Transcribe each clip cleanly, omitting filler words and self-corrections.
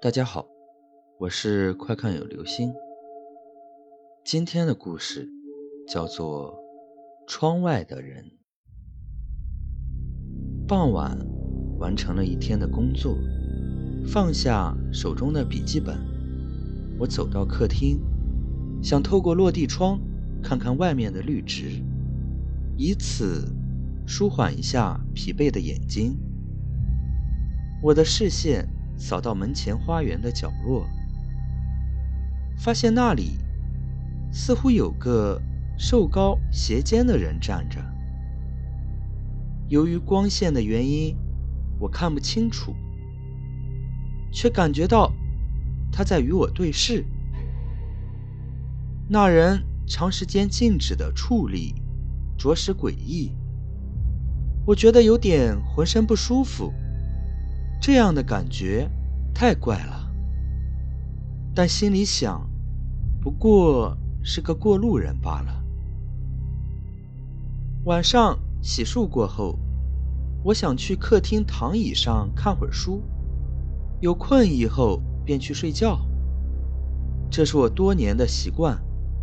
大家好，我是快看有流星。今天的故事叫做窗外的人。傍晚完成了一天的工作，放下手中的笔记本，我走到客厅，想透过落地窗看看外面的绿植，以此舒缓一下疲惫的眼睛。我的视线扫到门前花园的角落，发现那里似乎有个瘦高斜肩的人站着。由于光线的原因，我看不清楚，却感觉到他在与我对视。那人长时间静止的矗立，着实诡异。我觉得有点浑身不舒服，这样的感觉太怪了。但心里想，不过是个过路人罢了。晚上洗漱过后，我想去客厅躺椅上看会儿书，有困意后便去睡觉，这是我多年的习惯。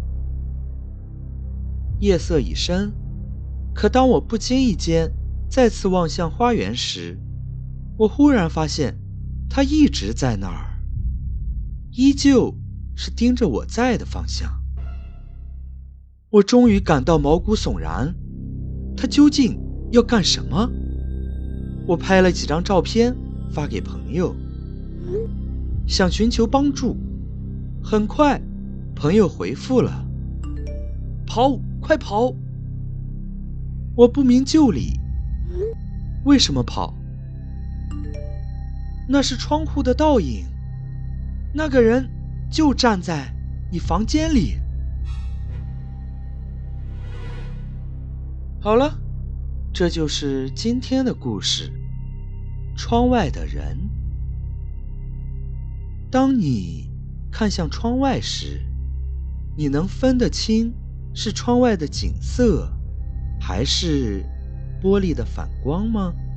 夜色已深，可当我不经意间再次望向花园时，我忽然发现他一直在那儿，依旧是盯着我在的方向。我终于感到毛骨悚然，他究竟要干什么？我拍了几张照片发给朋友，想寻求帮助。很快，朋友回复了：跑，快跑！我不明就里，为什么跑？那是窗户的倒影，那个人就站在你房间里。好了，这就是今天的故事，窗外的人。当你看向窗外时，你能分得清是窗外的景色，还是玻璃的反光吗？